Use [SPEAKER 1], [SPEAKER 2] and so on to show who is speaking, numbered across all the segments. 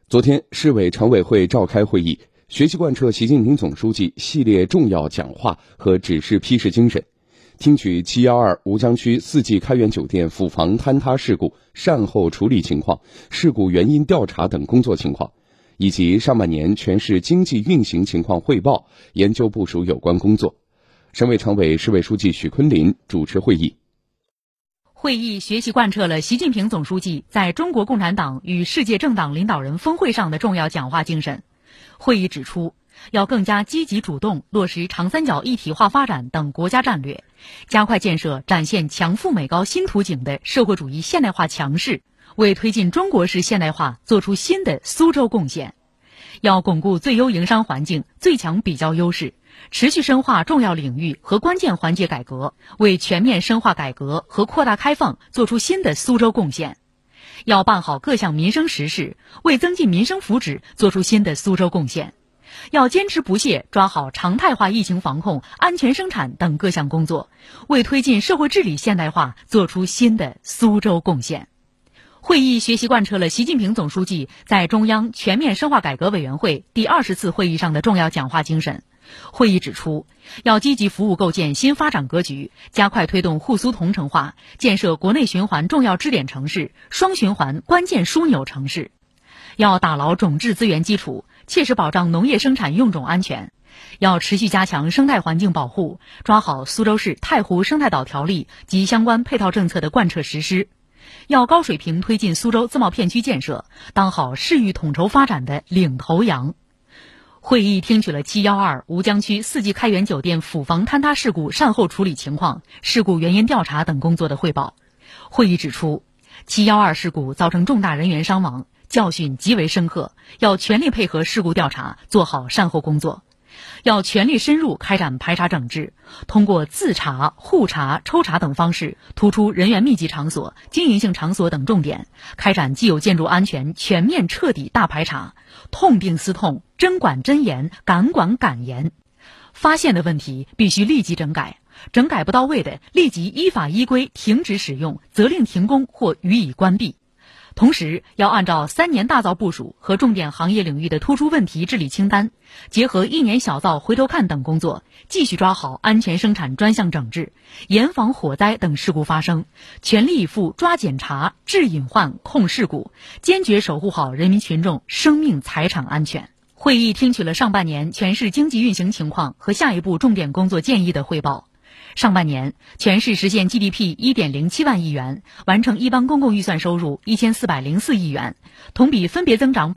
[SPEAKER 1] 昨天，市委常委会召开会议，学习贯彻习近平总书记系列重要讲话和指示批示精神，听取712吴江区4季开元酒店ful房坍塌事故善后处理情况、事故原因调查等工作情况，以及上半年全市经济运行情况汇报，研究部署有关工作。省委常委、市委书记许昆林主持会议。
[SPEAKER 2] 会议学习贯彻了习近平总书记在中国共产党与世界政党领导人峰会上的重要讲话精神。会议指出，要更加积极主动落实长三角一体化发展等国家战略，加快建设展现强富美高新图景的社会主义现代化强势，为推进中国式现代化做出新的苏州贡献。要巩固最优营商环境、最强比较优势，持续深化重要领域和关键环节改革，为全面深化改革和扩大开放做出新的苏州贡献。要办好各项民生实事，为增进民生福祉做出新的苏州贡献。要坚持不懈抓好常态化疫情防控、安全生产等各项工作，为推进社会治理现代化做出新的苏州贡献。会议学习贯彻了习近平总书记在中央全面深化改革委员会第20次会议上的重要讲话精神。会议指出，要积极服务构建新发展格局，加快推动沪苏同城化，建设国内循环重要支点城市、双循环关键枢纽城市。要打牢种质资源基础，切实保障农业生产用种安全。要持续加强生态环境保护，抓好苏州市太湖生态岛条例及相关配套政策的贯彻实施。要高水平推进苏州自贸片区建设，当好市域统筹发展的领头羊。会议听取了712吴江区4季开元酒店ful房坍塌事故善后处理情况、事故原因调查等工作的汇报。会议指出，712事故造成重大人员伤亡，教训极为深刻，要全力配合事故调查，做好善后工作。要全力深入开展排查整治，通过自查、互查、抽查等方式，突出人员密集场所、经营性场所等重点，开展既有建筑安全全面彻底大排查，痛定思痛，真管真严，敢管敢严。发现的问题必须立即整改，整改不到位的，立即依法依规停止使用，责令停工或予以关闭。同时，要按照3年大造部署和重点行业领域的突出问题治理清单，结合1年小造回头看等工作，继续抓好安全生产专项整治，严防火灾等事故发生，全力以赴抓检查、治隐患、控事故，坚决守护好人民群众生命财产安全。会议听取了上半年全市经济运行情况和下一步重点工作建议的汇报。上半年，全市实现 GDP 1.07万亿元，完成一般公共预算收入1404亿元，同比分别增长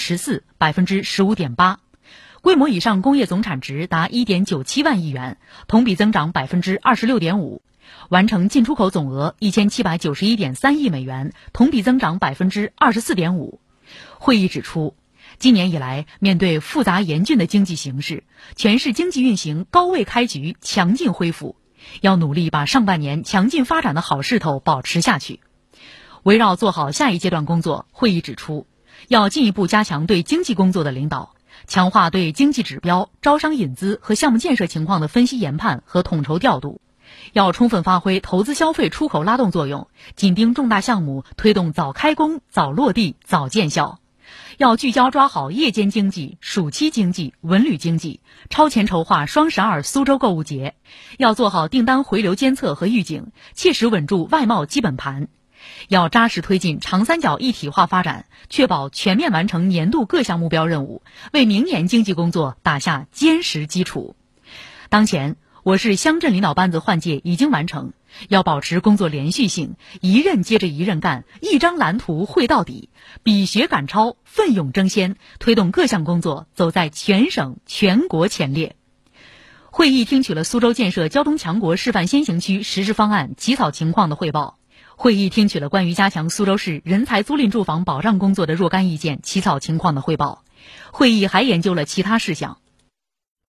[SPEAKER 2] 14%、15.8%。规模以上工业总产值达 1.97万亿元，同比增长26.5%，完成进出口总额1791.3亿美元，同比增长24.5%。会议指出，今年以来，面对复杂严峻的经济形势，全市经济运行高位开局，强劲恢复。要努力把上半年强劲发展的好势头保持下去。围绕做好下一阶段工作，会议指出，要进一步加强对经济工作的领导，强化对经济指标、招商引资和项目建设情况的分析研判和统筹调度。要充分发挥投资消费出口拉动作用，紧盯重大项目，推动早开工、早落地、早见效。要聚焦抓好夜间经济、暑期经济、文旅经济，超前筹划双12苏州购物节。要做好订单回流监测和预警，切实稳住外贸基本盘。要扎实推进长三角一体化发展，确保全面完成年度各项目标任务，为明年经济工作打下坚实基础。当前，我市乡镇领导班子换届已经完成，要保持工作连续性，一任接着一任干，一张蓝图绘到底，比学赶超，奋勇争先，推动各项工作走在全省全国前列。会议听取了苏州建设交通强国示范先行区实施方案起草情况的汇报。会议听取了关于加强苏州市人才租赁住房保障工作的若干意见起草情况的汇报。会议还研究了其他事项。